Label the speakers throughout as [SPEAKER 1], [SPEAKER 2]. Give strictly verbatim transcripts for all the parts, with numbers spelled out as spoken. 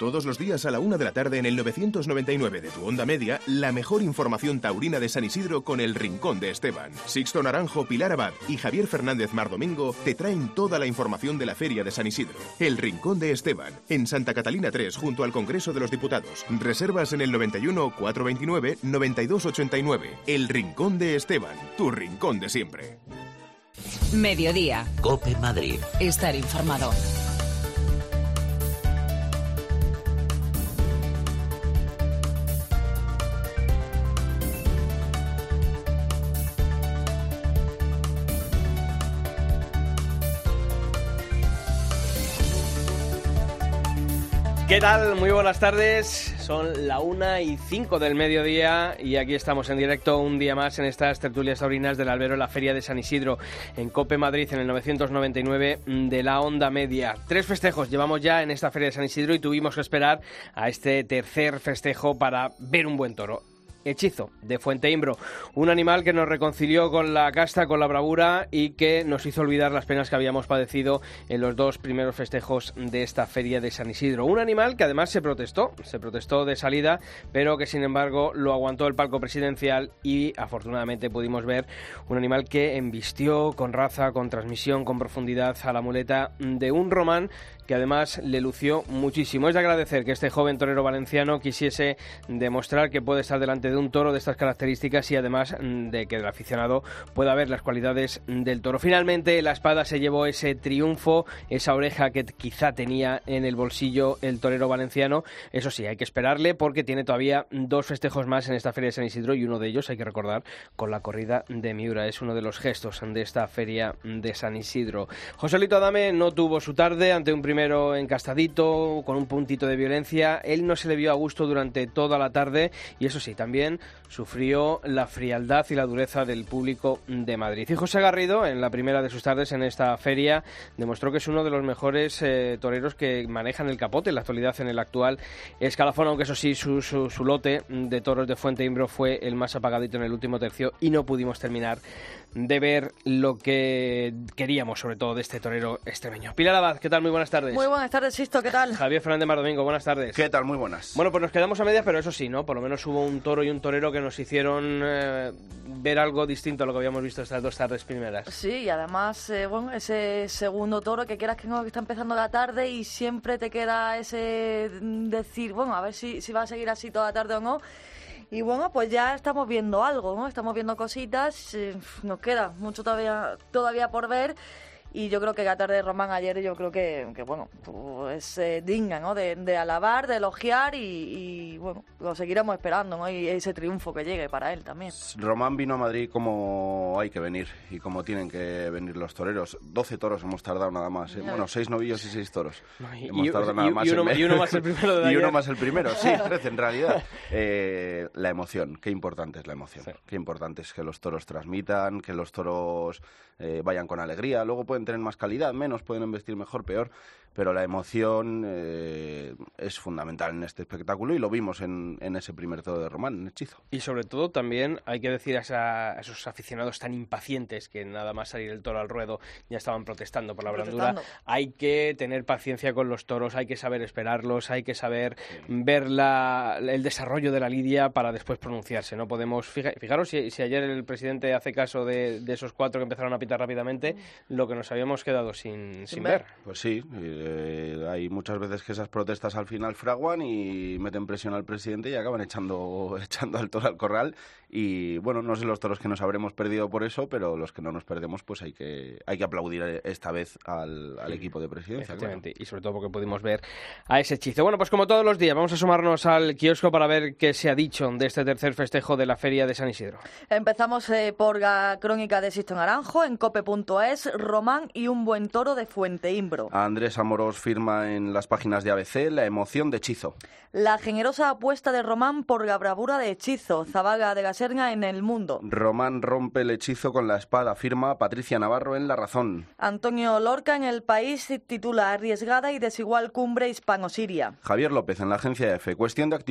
[SPEAKER 1] Todos los días a la una de la tarde en el novecientos noventa y nueve de tu onda media, la mejor información taurina de San Isidro con el Rincón de Esteban. Sixto Naranjo, Pilar Abad y Javier Fernández Mardomingo te traen toda la información de la Feria de San Isidro. El Rincón de Esteban, en Santa Catalina tres, junto al Congreso de los Diputados. Reservas en el noventa y uno, cuatrocientos veintinueve, noventa y dos ochenta y nueve. El Rincón de Esteban, tu rincón de siempre.
[SPEAKER 2] Mediodía.
[SPEAKER 3] COPE Madrid.
[SPEAKER 2] Estar informado.
[SPEAKER 4] ¿Qué tal? Muy buenas tardes. Son la una y cinco del mediodía y aquí estamos en directo un día más en estas tertulias taurinas del albero de la Feria de San Isidro en COPE Madrid en el novecientos noventa y nueve de la onda media. Tres festejos llevamos ya en esta Feria de San Isidro y tuvimos que esperar a este tercer festejo para ver un buen toro. Hechizo, de Fuenteimbro, un animal que nos reconcilió con la casta, con la bravura y que nos hizo olvidar las penas que habíamos padecido en los dos primeros festejos de esta Feria de San Isidro. Un animal que además se protestó, se protestó de salida, pero que sin embargo lo aguantó el palco presidencial y afortunadamente pudimos ver un animal que embistió con raza, con transmisión, con profundidad a la muleta de un Román que además le lució muchísimo. Es de agradecer que este joven torero valenciano quisiese demostrar que puede estar delante de un toro de estas características y además de que el aficionado pueda ver las cualidades del toro. Finalmente la espada se llevó ese triunfo, esa oreja que quizá tenía en el bolsillo el torero valenciano. Eso sí, hay que esperarle porque tiene todavía dos festejos más en esta Feria de San Isidro y uno de ellos, hay que recordar, con la corrida de Miura. Es uno de los gestos de esta Feria de San Isidro. Joselito Adame no tuvo su tarde ante un primero encastadito, con un puntito de violencia. Él no se le vio a gusto durante toda la tarde y eso sí, también sufrió la frialdad y la dureza del público de Madrid. Y José Garrido, en la primera de sus tardes en esta feria, demostró que es uno de los mejores eh, toreros que manejan el capote en la actualidad en el actual escalafón, aunque eso sí, su, su, su lote de toros de Fuenteimbro fue el más apagadito en el último tercio y no pudimos terminar de ver lo que queríamos, sobre todo de este torero extremeño. Pilar Abad, ¿qué tal? Muy buenas tardes.
[SPEAKER 5] Muy buenas tardes, Sisto, ¿qué tal?
[SPEAKER 4] Javier Fernández Mardomingo, buenas tardes.
[SPEAKER 6] ¿Qué tal? Muy buenas.
[SPEAKER 4] Bueno, pues nos quedamos a medias, pero eso sí, ¿no? Por lo menos hubo un toro y un torero que nos hicieron eh, ver algo distinto a lo que habíamos visto estas dos tardes primeras.
[SPEAKER 5] Sí, y además, eh, bueno, ese segundo toro que quieras que no, que está empezando la tarde y siempre te queda ese decir, bueno, a ver si, si va a seguir así toda la tarde o no. Y bueno, pues ya estamos viendo algo, ¿no? Estamos viendo cositas, eh, nos queda mucho todavía, todavía por ver. Y yo creo que la tarde de Román ayer, yo creo que, que bueno, pues eh, digna, ¿no? De, de alabar, de elogiar y, y, bueno, lo seguiremos esperando, ¿no? Y ese triunfo que llegue para él también.
[SPEAKER 6] Román vino a Madrid como hay que venir y como tienen que venir los toreros. doce toros hemos tardado nada más, ¿eh? Bueno, seis novillos y seis toros.
[SPEAKER 4] Y,
[SPEAKER 6] hemos tardado
[SPEAKER 4] y,
[SPEAKER 6] nada más
[SPEAKER 4] y, uno,
[SPEAKER 6] en...
[SPEAKER 4] y uno más el primero de
[SPEAKER 6] Y
[SPEAKER 4] ayer.
[SPEAKER 6] uno más el primero, sí, trece en realidad. Eh, la emoción, qué importante es la emoción. Sí. Qué importante es que los toros transmitan, que los toros eh, vayan con alegría. Luego pueden tener más calidad, menos, pueden investir mejor, peor, pero la emoción eh, es fundamental en este espectáculo y lo vimos en, en ese primer toro de Román, en Hechizo.
[SPEAKER 4] Y sobre todo también hay que decir a, esa, a esos aficionados tan impacientes que nada más salir el toro al ruedo ya estaban protestando por la brandura, hay que tener paciencia con los toros, hay que saber esperarlos, hay que saber sí. ver la, el desarrollo de la lidia para después pronunciarse. No podemos, fija, fijaros si, si ayer el presidente hace caso de, de esos cuatro que empezaron a pitar rápidamente, mm. lo que nos habíamos quedado sin, sin, sin ver. ver.
[SPEAKER 6] Pues sí, eh, hay muchas veces que esas protestas al final fraguan y meten presión al presidente y acaban echando, echando al toro al corral. Y bueno, no sé los toros que nos habremos perdido por eso, pero los que no nos perdemos, pues hay que hay que aplaudir esta vez al, al equipo de presidencia.
[SPEAKER 4] Efectivamente, claro. Y sobre todo porque pudimos ver a ese Hechizo. Bueno, pues como todos los días, vamos a asomarnos al kiosco para ver qué se ha dicho de este tercer festejo de la Feria de San Isidro.
[SPEAKER 5] Empezamos eh, por la crónica de Sixto Naranjo en cope punto es, Román y un buen toro de Fuenteimbro.
[SPEAKER 6] Andrés Amorós firma en las páginas de A B C la emoción de Hechizo.
[SPEAKER 5] La generosa apuesta de Román por la bravura de Hechizo, Zabaga de la Serna en El Mundo.
[SPEAKER 6] Román rompe el hechizo con la espada, firma Patricia Navarro en La Razón.
[SPEAKER 5] Antonio Lorca en El País titula Arriesgada y desigual cumbre hispano-siria.
[SPEAKER 6] Javier López en la agencia EFE, cuestión de actitud.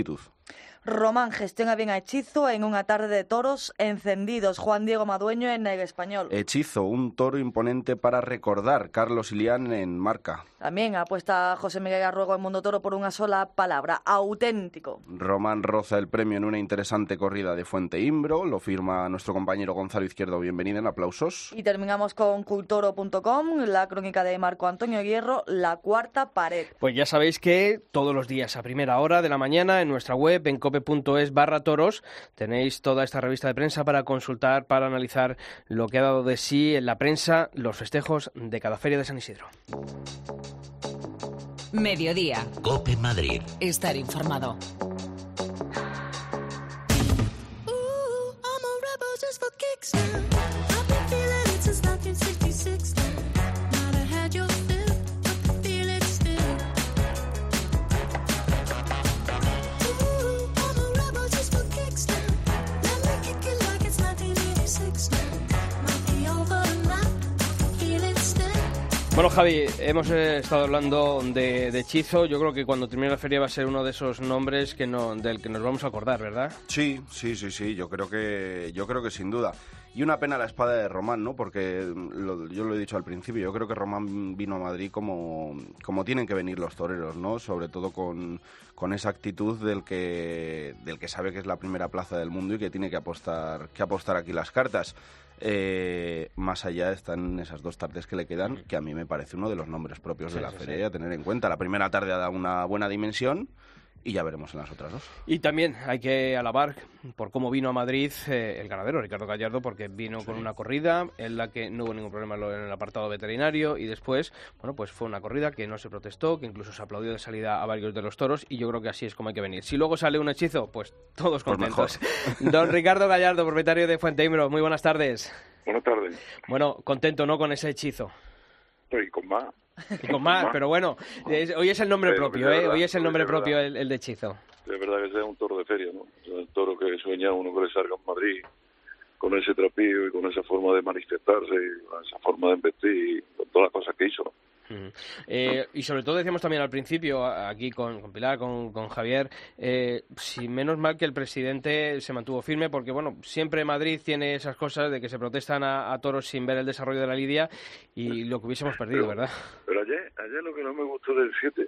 [SPEAKER 5] Román gestiona bien a Hechizo en una tarde de toros encendidos. Juan Diego Madueño en el Español.
[SPEAKER 6] Hechizo, un toro imponente para recordar. Carlos Ilián en Marca.
[SPEAKER 5] También apuesta José Miguel Arruego en Mundo Toro por una sola palabra, auténtico.
[SPEAKER 6] Román roza el premio en una interesante corrida de Fuente Imbro. Lo firma nuestro compañero Gonzalo Izquierdo. Bienvenido, en aplausos.
[SPEAKER 5] Y terminamos con cultoro punto com, la crónica de Marco Antonio Hierro, La Cuarta Pared.
[SPEAKER 4] Pues ya sabéis que todos los días a primera hora de la mañana en nuestra web, en cope punto es barra toros, tenéis toda esta revista de prensa para consultar, para analizar lo que ha dado de sí en la prensa los festejos de cada feria de San Isidro.
[SPEAKER 2] Mediodía.
[SPEAKER 3] COPE Madrid.
[SPEAKER 2] Estar informado.
[SPEAKER 4] Bueno, Javi, hemos eh, estado hablando de, de Hechizo. Yo creo que cuando termine la feria va a ser uno de esos nombres que no, del que nos vamos a acordar, ¿verdad?
[SPEAKER 6] Sí, sí, sí, sí. Yo creo que, yo creo que sin duda. Y una pena la espada de Román, ¿no? Porque lo, yo lo he dicho al principio. Yo creo que Román vino a Madrid como, como tienen que venir los toreros, ¿no? Sobre todo con, con esa actitud del que, del que sabe que es la primera plaza del mundo y que tiene que apostar, que apostar aquí las cartas. Eh, más allá están esas dos tardes que le quedan, que a mí me parece uno de los nombres propios
[SPEAKER 4] sí,
[SPEAKER 6] de la
[SPEAKER 4] sí,
[SPEAKER 6] feria
[SPEAKER 4] sí.
[SPEAKER 6] a tener en cuenta. La primera tarde ha dado una buena dimensión y ya veremos en las otras dos.
[SPEAKER 4] Y también hay que alabar por cómo vino a Madrid eh, el ganadero Ricardo Gallardo, porque vino sí. con una corrida en la que no hubo ningún problema en el apartado veterinario y después, bueno, pues fue una corrida que no se protestó, que incluso se aplaudió de salida a varios de los toros y yo creo que así es como hay que venir. Si luego sale un Hechizo, pues todos contentos. Pues Don Ricardo Gallardo, propietario de Fuente Imbro, muy buenas tardes.
[SPEAKER 7] Buenas tardes.
[SPEAKER 4] Bueno, contento, ¿no?, con ese Hechizo.
[SPEAKER 7] Y con más.
[SPEAKER 4] Y con más, pero bueno, es, hoy es el nombre
[SPEAKER 7] pero,
[SPEAKER 4] propio, ¿eh?
[SPEAKER 7] Verdad,
[SPEAKER 4] hoy es el nombre
[SPEAKER 7] es
[SPEAKER 4] propio el, el de Hechizo.
[SPEAKER 7] Es verdad que sea un toro de feria, ¿no? Es un toro que sueña uno que le salga en Madrid con ese trapillo y con esa forma de manifestarse y con esa forma de investir y con todas las cosas que hizo, ¿no?
[SPEAKER 4] Uh-huh. Eh, y sobre todo decíamos también al principio, aquí con, con Pilar, con, con Javier, eh, si menos mal que el presidente se mantuvo firme, porque bueno, siempre Madrid tiene esas cosas de que se protestan a, a toros sin ver el desarrollo de la lidia y lo que hubiésemos perdido,
[SPEAKER 7] pero,
[SPEAKER 4] ¿verdad?
[SPEAKER 7] Pero ayer, ayer lo que no me gustó del siete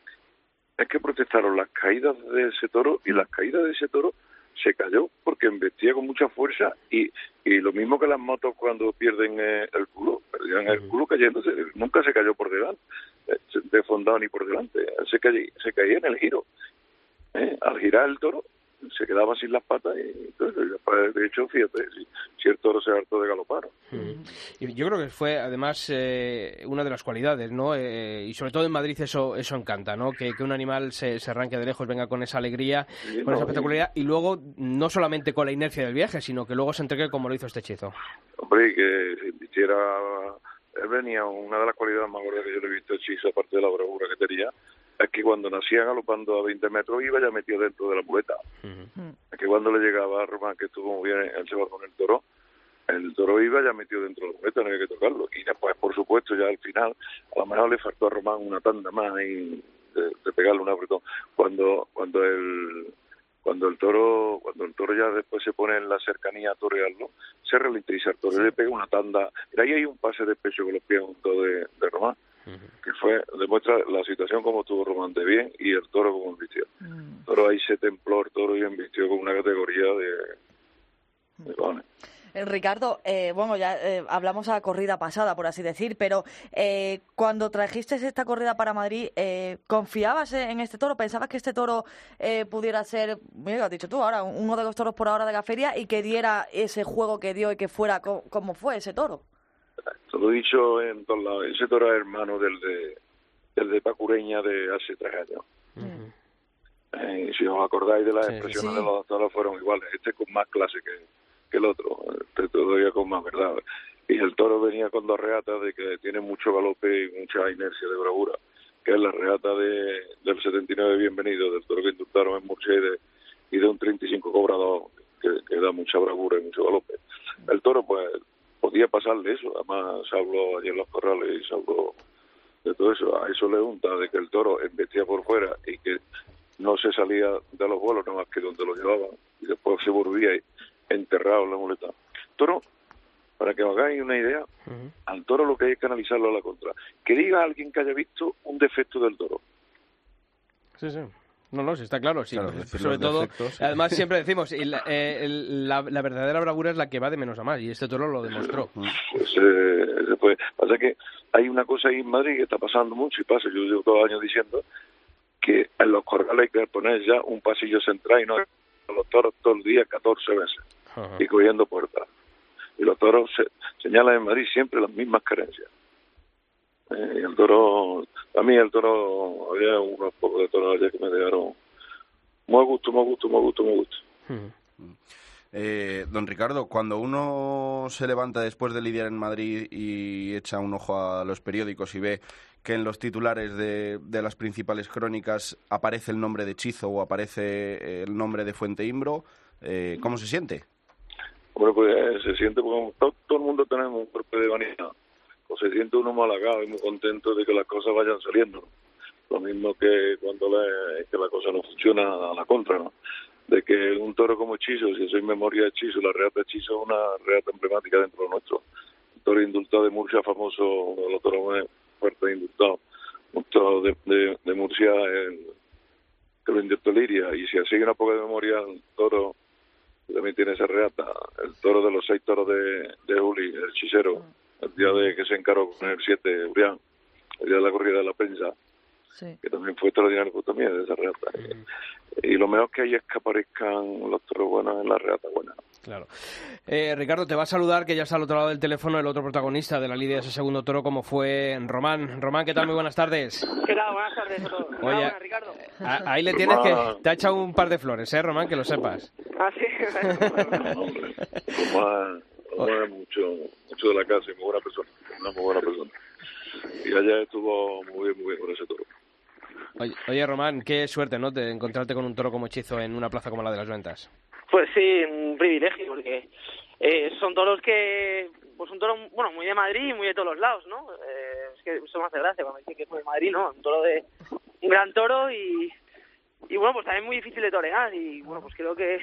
[SPEAKER 7] es que protestaron las caídas de ese toro y las caídas de ese toro se cayó porque embestía con mucha fuerza y, y lo mismo que las motos cuando pierden eh, el culo, perdían el culo cayéndose, nunca se cayó por delante, eh, de fondado ni por delante, se caía, se caía en el giro. Eh, al girar el toro se quedaba sin las patas y entonces, de hecho, fíjate, si, si el toro se hartó de galopar.
[SPEAKER 4] Mm. Y yo creo que fue, además, eh, una de las cualidades, ¿no? Eh, y sobre todo en Madrid eso eso encanta, ¿no? Que, que un animal se, se arranque de lejos, venga con esa alegría, sí, con no, esa espectacularidad, y luego, no solamente con la inercia del viaje, sino que luego se entregue como lo hizo este Hechizo.
[SPEAKER 7] Hombre, y que si vistiera... Él venía, una de las cualidades más gordas que yo le he visto a Hechizo, aparte de la bravura que tenía, es que cuando nacía galopando a veinte metros iba ya metido dentro de la muleta. Uh-huh. Es que cuando le llegaba a Román, que estuvo muy bien, él se va con el toro, el toro iba ya metido dentro de la muleta, no había que tocarlo. Y después, por supuesto, ya al final, a lo mejor le faltó a Román una tanda más y de, de pegarle un apretón. Cuando cuando el cuando el toro cuando el toro ya después se pone en la cercanía a torearlo, se ralentiza el toro, sí. Le pega una tanda. Y ahí hay un pase de pecho con los pies juntos de, de Román. Uh-huh. Que fue, demuestra la situación como estuvo Román de bien y el toro como embistió. Uh-huh. El toro ahí se templó el toro y embistió con una categoría de... de uh-huh.
[SPEAKER 5] eh, Ricardo, eh, bueno, ya eh, hablamos a la corrida pasada, por así decir, pero eh, cuando trajiste esta corrida para Madrid, eh, ¿confiabas en este toro? ¿Pensabas que este toro eh, pudiera ser, mira, lo has dicho tú ahora, uno de los toros por ahora de la feria y que diera ese juego que dio y que fuera co- como fue ese toro?
[SPEAKER 7] Te lo he dicho en todos lados. Ese toro es hermano del de del de Pacureña de hace tres años. Uh-huh. Eh, si os acordáis de las sí, expresiones sí. de los dos toros fueron iguales. Este con más clase que, que el otro. Este todavía con más verdad. Y el toro venía con dos reatas de que tiene mucho galope y mucha inercia de bravura. Que es la reata de, del setenta y nueve Bienvenido, del toro que indultaron en Murcia y de, y de un treinta y cinco Cobrador, que, que da mucha bravura y mucho galope. El toro, pues... podía pasarle eso, además se habló ayer en los corrales y se habló de todo eso, a eso le unta de que el toro embestía por fuera y que no se salía de los vuelos, nada más que donde lo llevaban, y después se volvía enterrado en la muleta. Toro, para que os hagáis una idea, uh-huh. al toro lo que hay es canalizarlo a la contra. Que diga alguien que haya visto un defecto del toro.
[SPEAKER 4] Sí, sí. No, no, sí está claro, sí.
[SPEAKER 6] Claro,
[SPEAKER 4] sobre todo,
[SPEAKER 6] defectos, sí.
[SPEAKER 4] Además siempre decimos, y la, eh, la, la verdadera bravura es la que va de menos a más, y este toro lo demostró.
[SPEAKER 7] Pues, eh, pues, pasa que hay una cosa ahí en Madrid que está pasando mucho, y pasa, yo llevo todos los años diciendo, que en los corrales hay que poner ya un pasillo central y no los toros todo el día catorce veces, uh-huh. y cogiendo puertas. Y los toros se, señalan en Madrid siempre las mismas carencias. Eh, y el toro, a mí el toro, había unos pocos de toros allá que me dejaron muy a gusto, muy a gusto, muy a gusto, muy a gusto.
[SPEAKER 6] Hmm. Eh, don Ricardo, cuando uno se levanta después de lidiar en Madrid y echa un ojo a los periódicos y ve que en los titulares de, de las principales crónicas aparece el nombre de Chizo o aparece el nombre de Fuente Imbro, eh, ¿cómo se siente?
[SPEAKER 7] Bueno, pues eh, se siente como todo, todo el mundo tenemos un golpe de vanidad. O se siente uno muy halagado y muy contento de que las cosas vayan saliendo. Lo mismo que cuando le, que la cosa no funciona a la contra, ¿no? De que un toro como Hechizo, si soy memoria de Hechizo, la reata de Hechizo es una reata emblemática dentro de nuestro. Un toro indultado de Murcia, famoso, los toros más fuertes indultados. Un toro de, de, de Murcia el, que lo indultó Liria. Y si así una poca de memoria, el toro también tiene esa reata. El toro de los seis toros de, de Uli, el hechicero. El día de que se encaró con el siete, Urián, el día de la corrida de la prensa, sí. que también fue extraordinario pues, también de esa reata. Uh-huh. Y lo mejor que hay es que aparezcan los toros buenos en la reata buena.
[SPEAKER 4] Claro. Eh, Ricardo, te va a saludar, que ya está al otro lado del teléfono el otro protagonista de la lidia de ese segundo toro, como fue Román. Román, ¿qué tal? Muy buenas tardes.
[SPEAKER 3] ¿Qué tal? Buenas tardes a todos.
[SPEAKER 4] Oye,
[SPEAKER 3] buenas, Ricardo.
[SPEAKER 4] A, ahí le tienes que... Te ha echado un par de flores, ¿eh, Román? Que lo sepas.
[SPEAKER 3] Ah, sí.
[SPEAKER 7] No, hombre. Román... Román es mucho, mucho de la casa y muy buena persona, una muy buena persona. Y allá estuvo muy bien, muy bien con ese toro.
[SPEAKER 4] Oye, oye Román, qué suerte, ¿no?, de encontrarte con un toro como Hechizo en una plaza como la de Las Ventas.
[SPEAKER 3] Pues sí, un privilegio, porque eh, son toros que... Pues un toro, bueno, muy de Madrid y muy de todos los lados, ¿no? Eh, es que eso me hace gracia cuando dicen que es muy de Madrid, ¿no? Un toro de... Un gran toro y... Y bueno, pues también muy difícil de torear y bueno, pues creo que...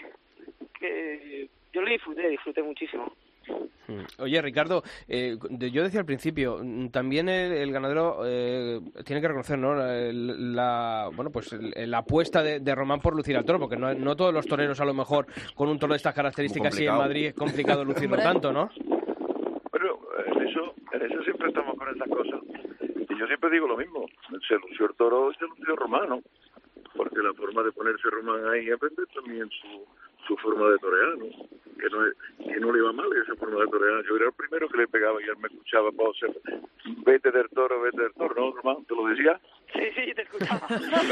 [SPEAKER 3] que yo lo disfruté, disfruté muchísimo.
[SPEAKER 4] Oye, Ricardo, eh, yo decía al principio, también el, el ganadero eh, tiene que reconocer, ¿no?, la, la bueno, pues el, la apuesta de, de Román por lucir al toro, porque no, no todos los toreros a lo mejor con un toro de estas características y en Madrid es complicado lucirlo tanto, ¿no?
[SPEAKER 7] Pero en eso, en eso siempre estamos con estas cosas. Y yo siempre digo lo mismo, se lució el toro, se lució Román, ¿no? Porque la forma de ponerse Román ahí es aprender también su... su forma de torear, ¿no? Que no, que no le iba mal esa forma de torear. Yo era el primero que le pegaba y él me escuchaba, Pau, vete del toro, vete del toro, ¿no, Román? ¿Te lo decía?
[SPEAKER 3] Sí, sí, te escuchaba.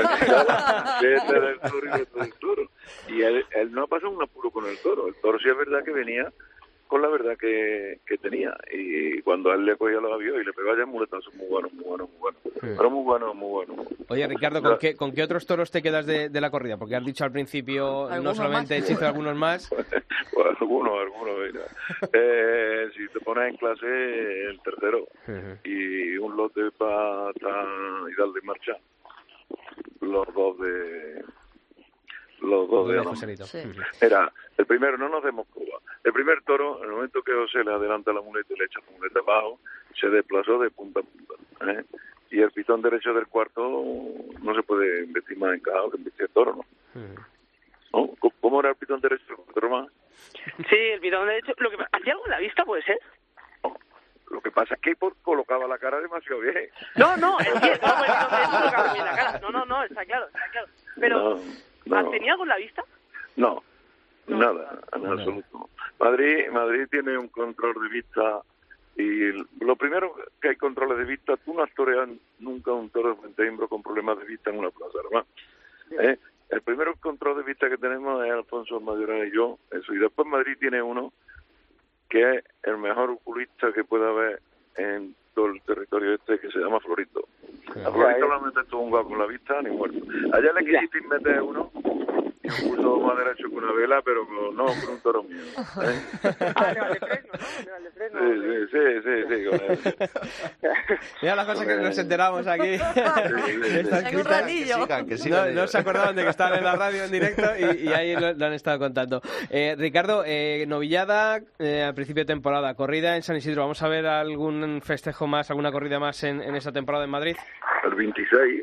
[SPEAKER 7] Vete del toro y vete del toro. Y él, él no ha pasado un apuro con el toro. El toro sí es verdad que venía con la verdad que, que tenía. Y cuando a él le cogía los aviones y le pegaba ya muletazos muy buenos, muy buenos, muy buenos. Sí. Pero muy buenos, muy buenos.
[SPEAKER 4] Oye, Ricardo, ¿con qué, ¿con qué otros toros te quedas de, de la corrida? Porque has dicho al principio, no solamente Hechizo, algunos más.
[SPEAKER 7] Pues, pues algunos, algunos, mira. Eh, si te pones en clase, el tercero. Uh-huh. Y un lote para Hidalgo y Marcha. Los dos de... Los dos de
[SPEAKER 4] Joselito. Sí.
[SPEAKER 7] Era, el primero, no nos demos Cuba. El primer toro, en el momento que José le adelanta la muleta y le echa la muleta abajo, se desplazó de punta a punta. ¿eh? Y el pitón derecho del cuarto no se puede investir más encajado que investir el toro, ¿no? Uh-huh. ¿No? ¿Cómo era el pitón derecho del cuarto, Román?
[SPEAKER 3] Sí, el pitón derecho. Lo que ¿hacía algo en la vista, puede ser?
[SPEAKER 7] No. Lo que pasa es que colocaba la cara demasiado bien.
[SPEAKER 3] No, no, es que no, pues, no, colocaba bien la cara. No, no, no, está claro, está claro. Pero... No. No. ¿Tenía algo en la vista?
[SPEAKER 7] No, no. nada, en no. absoluto. Madrid, Madrid tiene un control de vista y lo primero que hay controles de vista, tú no has toreado nunca un toro de Fuente Imbro con problemas de vista en una plaza, hermano. ¿Eh? El primer control de vista que tenemos es Alfonso Mayorana y yo, eso. Y después Madrid tiene uno que es el mejor oculista que pueda haber en todo el territorio este, que se llama Florito. A Florito no metes tú un guapo con la vista ni muerto. Allá le quisiste meter uno y yo puso más derecho que una vela, pero con, no, con un toro mío. ¿eh?
[SPEAKER 3] Ah, de Valdefresno, ¿no? De Valdefresno.
[SPEAKER 7] Sí, sí, sí, sí, sí, con él.
[SPEAKER 4] Mira las cosas que nos enteramos aquí. Están
[SPEAKER 5] En un
[SPEAKER 4] escritas.
[SPEAKER 5] ratillo.
[SPEAKER 6] Que sigan, que
[SPEAKER 4] No,
[SPEAKER 6] sigan
[SPEAKER 4] no
[SPEAKER 6] ellos.
[SPEAKER 4] se acordaban de que estaban en la radio en directo y, y ahí lo, lo han estado contando. Eh, Ricardo, eh, novillada eh, al principio de temporada, corrida en San Isidro. ¿Vamos a ver algún festejo más, alguna corrida más en, en esa temporada en Madrid?
[SPEAKER 7] El veintiséis.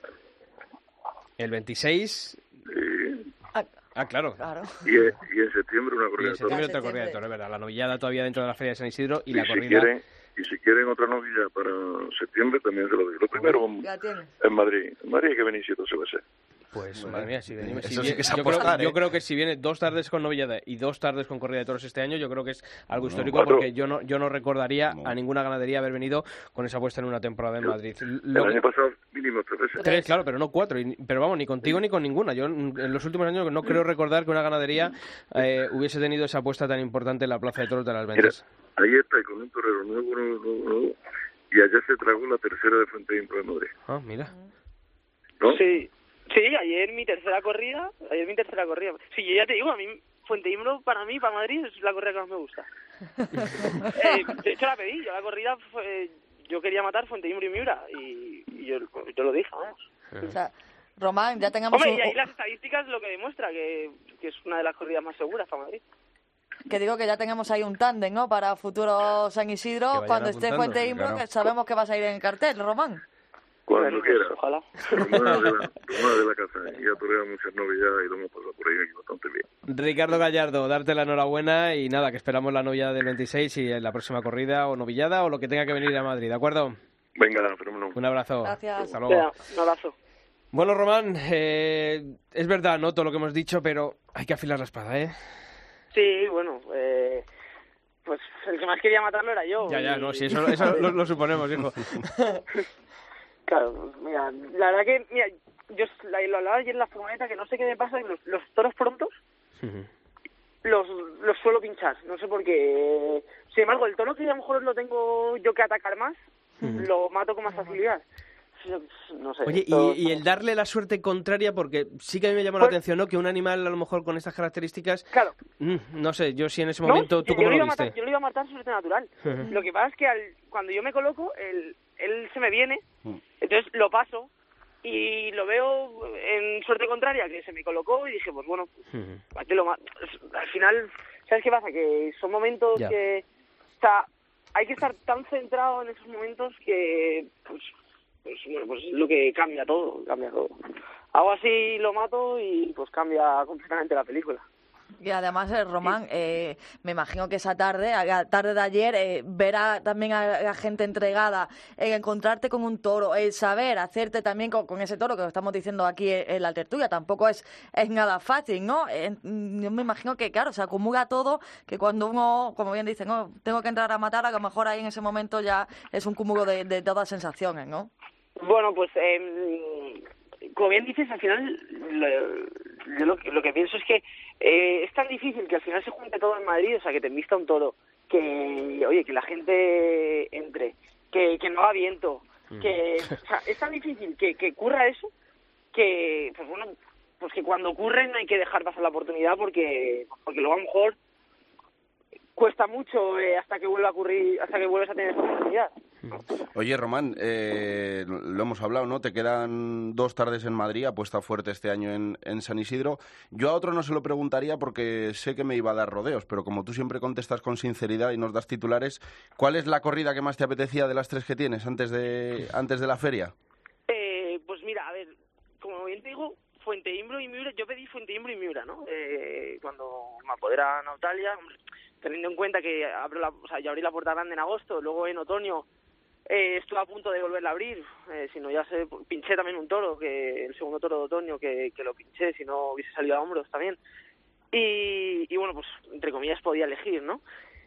[SPEAKER 4] El veintiséis.
[SPEAKER 7] Sí.
[SPEAKER 5] Ah,
[SPEAKER 4] Ah, claro.
[SPEAKER 5] claro.
[SPEAKER 7] Y, y en septiembre una
[SPEAKER 4] Y
[SPEAKER 7] corrida
[SPEAKER 4] en
[SPEAKER 7] de toros.
[SPEAKER 4] septiembre
[SPEAKER 5] En
[SPEAKER 4] otra corrida de
[SPEAKER 5] septiembre.
[SPEAKER 4] toros, ¿verdad? La novillada todavía dentro de la Feria de San Isidro y,
[SPEAKER 7] Y
[SPEAKER 4] la
[SPEAKER 7] si
[SPEAKER 4] corrida.
[SPEAKER 7] quieren, y si quieren otra novilla para septiembre, también se lo digo. Lo primero
[SPEAKER 5] Ya tienes.
[SPEAKER 7] en Madrid. En Madrid hay que venir siete veces.
[SPEAKER 4] Pues madre mía, si venimos, si
[SPEAKER 6] Eso sí
[SPEAKER 4] viene-
[SPEAKER 6] que es
[SPEAKER 4] yo, creo,
[SPEAKER 6] apostar, ¿eh?
[SPEAKER 4] yo creo que si viene dos tardes con novillada y dos tardes con corrida de toros este año, yo creo que es algo histórico
[SPEAKER 7] cuatro.
[SPEAKER 4] porque yo no yo no recordaría
[SPEAKER 6] No.
[SPEAKER 4] a ninguna ganadería haber venido con esa apuesta en una temporada en Madrid.
[SPEAKER 7] El
[SPEAKER 4] Lo que-
[SPEAKER 7] año pasado mínimo tres veces.
[SPEAKER 4] Tres, claro, pero no cuatro. Y- pero vamos, ni contigo ni con ninguna. Yo mm, en los últimos años no creo recordar que una ganadería eh, hubiese tenido esa apuesta tan importante en la Plaza de Toros de las
[SPEAKER 7] Mira,
[SPEAKER 4] Ventas.
[SPEAKER 7] ahí está, y con un torero nuevo, nuevo, nuevo, nuevo, y allá se tragó la tercera de Fuente Impro de Madrid.
[SPEAKER 4] Ah, mira.
[SPEAKER 7] ¿No?
[SPEAKER 3] Sí, sí, ayer mi tercera corrida, ayer mi tercera corrida. Sí, yo ya te digo, a mí Fuente Imbro para mí, para Madrid, es la corrida que más me gusta. eh, de hecho la pedí, yo la corrida fue, yo quería matar Fuente Imbro y Miura y, y yo, yo lo dije, vamos.
[SPEAKER 5] O sea, Román, ya tengamos
[SPEAKER 3] Hombre,
[SPEAKER 5] un-
[SPEAKER 3] y ahí las estadísticas lo que demuestra que, que es una de las corridas más seguras para Madrid.
[SPEAKER 5] que digo que ya tengamos ahí un tándem, ¿no? Para futuro San
[SPEAKER 4] Que
[SPEAKER 5] Isidro,
[SPEAKER 4] vayan
[SPEAKER 5] cuando esté
[SPEAKER 4] apuntando,
[SPEAKER 5] Fuente Imbro,
[SPEAKER 6] claro.
[SPEAKER 5] que sabemos que vas a ir en el cartel, Román.
[SPEAKER 7] Cuando
[SPEAKER 3] Bueno,
[SPEAKER 7] quiera.
[SPEAKER 3] pues, ojalá.
[SPEAKER 7] Romana de la, Romana de la casa. Y ya toreado muchas novilladas y lo hemos pasado por ahí bastante bien.
[SPEAKER 4] Ricardo Gallardo, darte la enhorabuena y nada, que esperamos la novillada del veintiséis y en la próxima corrida o novillada o lo que tenga que venir a Madrid, ¿de acuerdo?
[SPEAKER 7] Venga, fenómeno.
[SPEAKER 4] Un abrazo.
[SPEAKER 5] Gracias.
[SPEAKER 4] Hasta luego.
[SPEAKER 3] Venga, un abrazo.
[SPEAKER 4] Bueno, Román, eh, es verdad, ¿no? Todo lo que hemos dicho, pero hay que afilar la espada, ¿eh?
[SPEAKER 3] Sí, bueno, eh, pues el que más quería matarlo era yo.
[SPEAKER 4] Ya, ya,
[SPEAKER 3] y-
[SPEAKER 4] no, si eso, eso lo, lo suponemos, hijo.
[SPEAKER 3] Claro, pues, mira, la verdad que, mira, yo la- lo hablaba ayer en la furgoneta, que no sé qué me pasa, que los, los toros prontos los, los suelo pinchar, no sé por qué. Sin embargo, el toro que a lo mejor lo tengo yo que atacar más, lo mato con más facilidad. No sé.
[SPEAKER 4] Oye,
[SPEAKER 3] esto-
[SPEAKER 4] y, y el darle la suerte contraria, porque sí que a mí me llamó la
[SPEAKER 3] Pues-
[SPEAKER 4] atención, ¿no? Que un animal, a lo mejor, con estas características,
[SPEAKER 3] Claro.
[SPEAKER 4] mm, no sé, yo sí en ese
[SPEAKER 3] No,
[SPEAKER 4] momento, ¿tú
[SPEAKER 3] yo,
[SPEAKER 4] cómo
[SPEAKER 3] yo
[SPEAKER 4] lo
[SPEAKER 3] iba a
[SPEAKER 4] viste?
[SPEAKER 3] matar, yo lo iba a matar suerte natural.
[SPEAKER 4] Ujú.
[SPEAKER 3] Lo que pasa es que al, cuando yo me coloco, él, él se me viene,
[SPEAKER 6] Mm.
[SPEAKER 3] entonces lo paso y lo veo en suerte contraria, que se me colocó y dije, pues bueno,
[SPEAKER 4] Ujú.
[SPEAKER 3] ¿para qué lo ma-? Al final, ¿sabes qué pasa? Que son momentos
[SPEAKER 4] Ya.
[SPEAKER 3] que... O sea, hay que estar tan centrado en esos momentos que, pues, pues bueno, pues es lo que cambia todo, cambia todo. Hago así, lo mato y pues cambia completamente la película.
[SPEAKER 5] Y además, eh, Román, eh, me imagino que esa tarde, a la tarde de ayer, eh, ver a, también a la gente entregada, el encontrarte con un toro, el saber hacerte también con, con ese toro que lo estamos diciendo aquí en, en la tertulia, tampoco es, es nada fácil, ¿no? Eh, yo me imagino que, claro, se acumula todo, que cuando uno, como bien dicen, oh, tengo que entrar a matar, a lo mejor ahí en ese momento ya es un cúmulo de, de todas sensaciones, ¿no?
[SPEAKER 3] Bueno, pues eh, como bien dices, al final lo, yo lo, que- lo que pienso es que eh, es tan difícil que al final se junte todo en Madrid, o sea, que te invista un toro, que, oye, que la gente entre, que, que no haga viento, que, o sea, es tan difícil que, que ocurra eso, que, pues bueno, pues que cuando ocurre no hay que dejar pasar la oportunidad porque, porque luego a lo mejor cuesta mucho eh, hasta que vuelva a ocurrir, hasta que vuelves a tener esa oportunidad.
[SPEAKER 6] Oye, Román, eh, lo hemos hablado, ¿no? Te quedan dos tardes en Madrid, apuesta fuerte este año en, en San Isidro. Yo a otro no se lo preguntaría porque sé que me iba a dar rodeos, pero como tú siempre contestas con sinceridad y nos das titulares, ¿cuál es la corrida que más te apetecía de las tres que tienes antes de, antes de la feria?
[SPEAKER 3] Eh, pues mira, a ver, como bien te digo, Fuente Imbro y Miura, yo pedí Fuente Imbro y Miura, ¿no? Eh, cuando me apodera Natalia, hombre, teniendo en cuenta que abro la, o sea, yo abrí la puerta grande en agosto, luego en otoño eh, estuve a punto de volverla a abrir, eh, si no ya sé, pinché también un toro, que el segundo toro de otoño que, que lo pinché, si no hubiese salido a hombros también. Y, y bueno, pues entre comillas podía elegir, ¿no?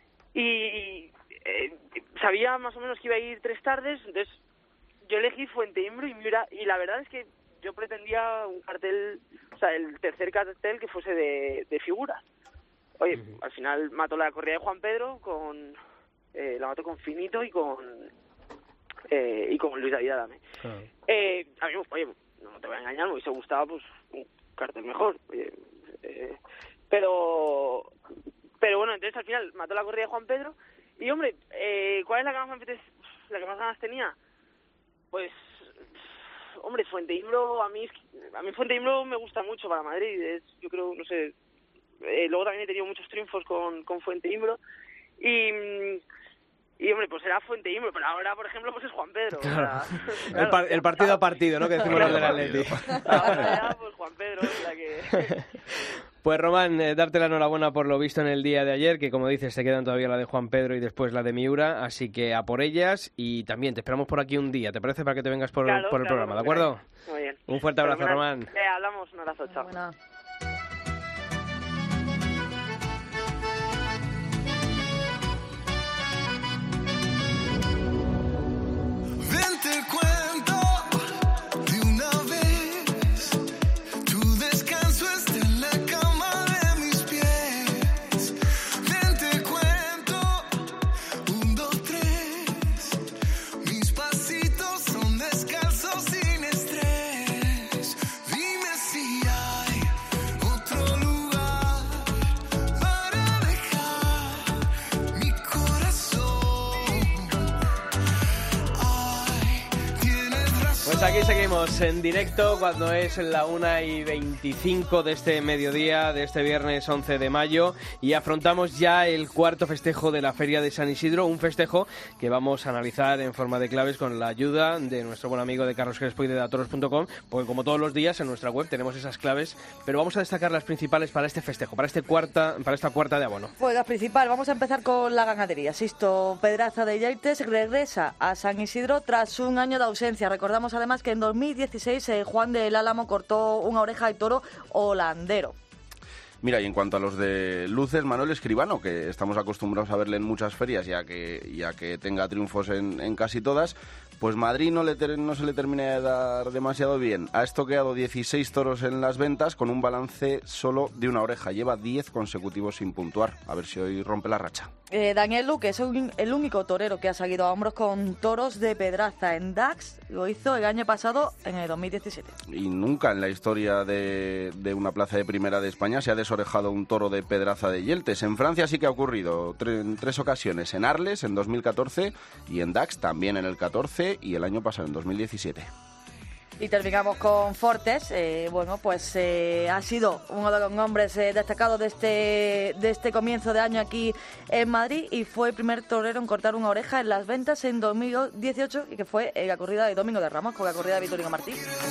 [SPEAKER 3] Y eh, sabía más o menos que iba a ir tres tardes, entonces yo elegí Fuente Imbro y Miura, y la verdad es que yo pretendía un cartel, o sea, el tercer cartel que fuese de, de figuras. Oye, uh-huh. Al final mató la corrida de Juan Pedro, con eh, la mató con Finito y con eh, y con Luis David Adame. Uh-huh. Eh, a mí, oye, no te voy a engañar, me hubiese gustado pues un cartel mejor. Eh, eh, pero, pero bueno, entonces al final mató la corrida de Juan Pedro. Y hombre, eh, ¿cuál es la que más me apetece, la que más ganas tenía? Pues, hombre, Fuenteimbro, a mí, a mí Fuenteimbro me gusta mucho para Madrid. Es, yo creo, no sé, eh, luego también he tenido muchos triunfos con, con Fuenteimbro. Y, y, hombre, pues era Fuenteimbro, pero ahora, por ejemplo, pues es Juan Pedro.
[SPEAKER 4] Claro.
[SPEAKER 3] O sea,
[SPEAKER 4] el, par, el partido a partido, ¿no?, que decimos los del Atleti.
[SPEAKER 3] Ahora ya, pues Juan Pedro es la que...
[SPEAKER 4] Pues Román, eh, darte la enhorabuena por lo visto en el día de ayer, que como dices, te quedan todavía la de Juan Pedro y después la de Miura, así que a por ellas, y también te esperamos por aquí un día, ¿te parece? Para que te vengas por,
[SPEAKER 3] claro,
[SPEAKER 4] por el
[SPEAKER 3] claro,
[SPEAKER 4] programa, ¿de acuerdo?
[SPEAKER 3] Muy bien.
[SPEAKER 4] Un fuerte abrazo,
[SPEAKER 3] Fenomenal.
[SPEAKER 4] Román.
[SPEAKER 3] Eh, hablamos, un abrazo, chao.
[SPEAKER 5] Buena.
[SPEAKER 4] Pues aquí seguimos en directo cuando es la una y veinticinco de este mediodía, de este viernes once de mayo, y afrontamos ya el cuarto festejo de la Feria de San Isidro, un festejo que vamos a analizar en forma de claves con la ayuda de nuestro buen amigo de Carlos Crespo y de datoros punto com, porque como todos los días en nuestra web tenemos esas claves, pero vamos a destacar las principales para este festejo, para este cuarta, para esta cuarta de abono.
[SPEAKER 5] Pues la principal, vamos a empezar con la ganadería. Sisto Pedraza de Yeltes regresa a San Isidro tras un año de ausencia. Recordamos además que en dos mil dieciséis eh, Juan del Álamo cortó una oreja de toro holandero.
[SPEAKER 6] Mira, y en cuanto a los de luces, Manuel Escribano, que estamos acostumbrados a verle en muchas ferias, ya que, ya que tenga triunfos en, en casi todas, pues Madrid no, le ter, no se le termina de dar demasiado bien. Ha estoqueado dieciséis toros en las ventas con un balance solo de una oreja. Lleva diez consecutivos sin puntuar. A ver si hoy rompe la racha.
[SPEAKER 5] Eh, Daniel Luque es un, el único torero que ha salido a hombros con toros de Pedraza en Dax. Lo hizo el año pasado, en el dos mil diecisiete.
[SPEAKER 6] Y nunca en la historia de, de una plaza de primera de España se ha desorejado un toro de Pedraza de Yeltes. En Francia sí que ha ocurrido tre, en tres ocasiones. En Arles, en dos mil catorce, y en Dax también en el catorce y el año pasado, en dos mil diecisiete.
[SPEAKER 5] Y terminamos con Fortes. Eh, bueno, pues eh, ha sido uno de los nombres eh, destacados de este, de este comienzo de año aquí en Madrid y fue el primer torero en cortar una oreja en las ventas en dos mil dieciocho y que fue en la corrida de Domingo de Ramos con la corrida de Vitorino Martí.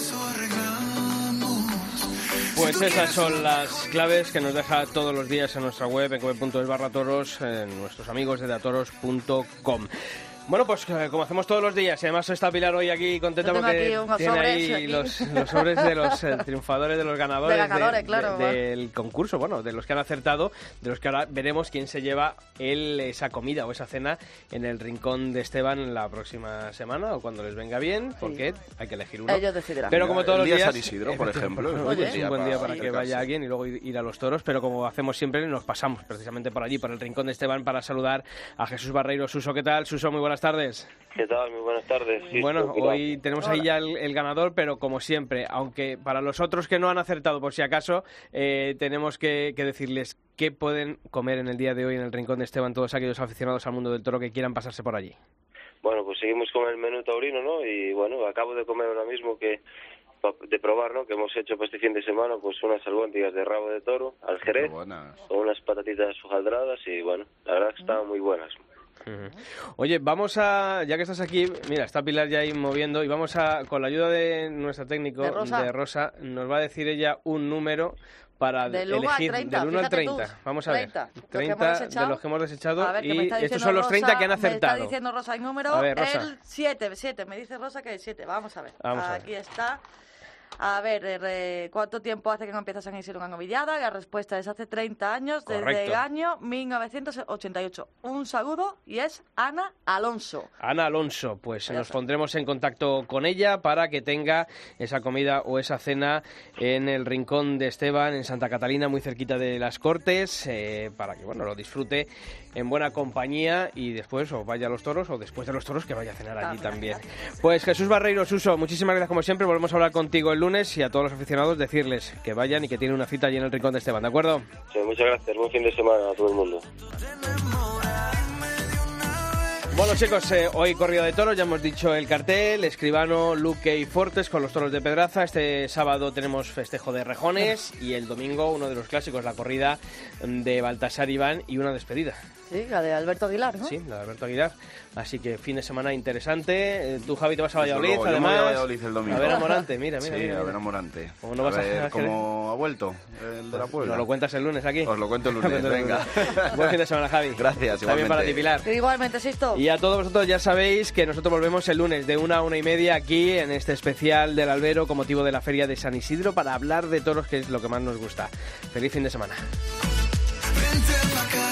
[SPEAKER 4] Pues esas son las claves que nos deja todos los días en nuestra web, en cope punto es barra toros, en nuestros amigos de datoros punto com. Bueno, pues como hacemos todos los días, y además está Pilar hoy aquí contenta porque tiene ahí los, los sobres de los eh, triunfadores, de los ganadores,
[SPEAKER 5] de ganadores,
[SPEAKER 4] de,
[SPEAKER 5] claro,
[SPEAKER 4] de, del concurso, bueno, de los que han acertado, de los que ahora veremos quién se lleva el, esa comida o esa cena en el Rincón de Esteban la próxima semana o cuando les venga bien, porque sí, hay que elegir uno.
[SPEAKER 5] Ellos decidirán.
[SPEAKER 4] Pero como todos los días...
[SPEAKER 6] San Isidro, por ejemplo.
[SPEAKER 4] Oye, es un buen día para, para que vaya alguien y luego ir a los toros, pero como hacemos siempre, nos pasamos precisamente por allí, por el Rincón de Esteban, para saludar a Jesús Barreiro. Suso, ¿qué tal? Suso, muy buenas tardes.
[SPEAKER 8] ¿Qué tal? Muy buenas tardes. Sí,
[SPEAKER 4] bueno, hoy tenemos ahí ya el, el ganador, pero como siempre, aunque para los otros que no han acertado, por si acaso, eh, tenemos que, que decirles qué pueden comer en el día de hoy en el Rincón de Esteban todos aquellos aficionados al mundo del toro que quieran pasarse por allí.
[SPEAKER 8] Bueno, pues seguimos con el menú taurino, ¿no? Y bueno, acabo de comer ahora mismo que de probar, ¿no? Que hemos hecho para este fin de semana, pues unas albóndigas de rabo de toro al jerez, con unas patatitas hojaldradas y bueno, la verdad que estaban muy buenas.
[SPEAKER 4] Oye, vamos a, ya que estás aquí, mira, está Pilar ya ahí moviendo y vamos a, con la ayuda de nuestra técnico, de Rosa, de Rosa nos va a decir ella un número para
[SPEAKER 5] del
[SPEAKER 4] elegir
[SPEAKER 5] treinta,
[SPEAKER 4] del uno al treinta. Tú, vamos a treinta, ver, treinta los de los que hemos desechado a ver, y estos son los treinta Rosa, que han acertado.
[SPEAKER 5] Me está diciendo Rosa el número,
[SPEAKER 4] a ver, Rosa.
[SPEAKER 5] el siete, siete, me dice Rosa que el siete, vamos a ver,
[SPEAKER 4] vamos
[SPEAKER 5] aquí
[SPEAKER 4] a ver.
[SPEAKER 5] está. A ver, eh, ¿cuánto tiempo hace que no empieza San Isidro una novillada? La respuesta es hace treinta años,
[SPEAKER 4] correcto,
[SPEAKER 5] desde el año mil novecientos ochenta y ocho. Un saludo y es Ana Alonso.
[SPEAKER 4] Ana Alonso, pues nos pondremos en contacto con ella para que tenga esa comida o esa cena en el Rincón de Esteban, en Santa Catalina, muy cerquita de las Cortes, eh, para que bueno lo disfrute en buena compañía y después o vaya a los toros o después de los toros que vaya a cenar allí también. Pues Jesús Barreiro, Suso, muchísimas gracias como siempre, volvemos a hablar contigo el el lunes y a todos los aficionados decirles que vayan y que tienen una cita allí en el Rincón de Esteban, ¿de acuerdo?
[SPEAKER 8] Sí, muchas gracias. Buen fin de semana a todo el mundo.
[SPEAKER 4] Bueno, chicos, eh, hoy corrida de toros, ya hemos dicho el cartel, Escribano, Luque y Fortes con los toros de Pedraza. Este sábado tenemos festejo de rejones y el domingo uno de los clásicos, la corrida de Baltasar Iván y una despedida.
[SPEAKER 5] Sí, la de Alberto Aguilar, ¿no?
[SPEAKER 4] Sí, la de Alberto Aguilar. Así que fin de semana interesante. Eh, Tú, Javi, te vas a Valladolid,
[SPEAKER 6] Luego,
[SPEAKER 4] además.
[SPEAKER 6] Yo me voy a Valladolid el domingo.
[SPEAKER 4] A ver a Morante, mira, mira.
[SPEAKER 6] Sí,
[SPEAKER 4] mira,
[SPEAKER 6] a ver
[SPEAKER 4] mira.
[SPEAKER 6] a Morante.
[SPEAKER 4] ¿Cómo no
[SPEAKER 6] a
[SPEAKER 4] vas a
[SPEAKER 6] ver
[SPEAKER 4] hacer?
[SPEAKER 6] cómo ha vuelto el de la Puebla.
[SPEAKER 4] Nos lo cuentas el lunes aquí.
[SPEAKER 6] Os lo cuento el lunes, venga.
[SPEAKER 4] Buen fin de semana, Javi.
[SPEAKER 6] Gracias,
[SPEAKER 4] También
[SPEAKER 6] igualmente.
[SPEAKER 4] para ti, Pilar.
[SPEAKER 5] Igualmente, Sisto.
[SPEAKER 4] Y a todos vosotros ya sabéis que nosotros volvemos el lunes de una a una y media aquí en este especial del Albero con motivo de la Feria de San Isidro para hablar de toros, que es lo que más nos gusta. Feliz fin de semana.
[SPEAKER 9] Vente pa' acá.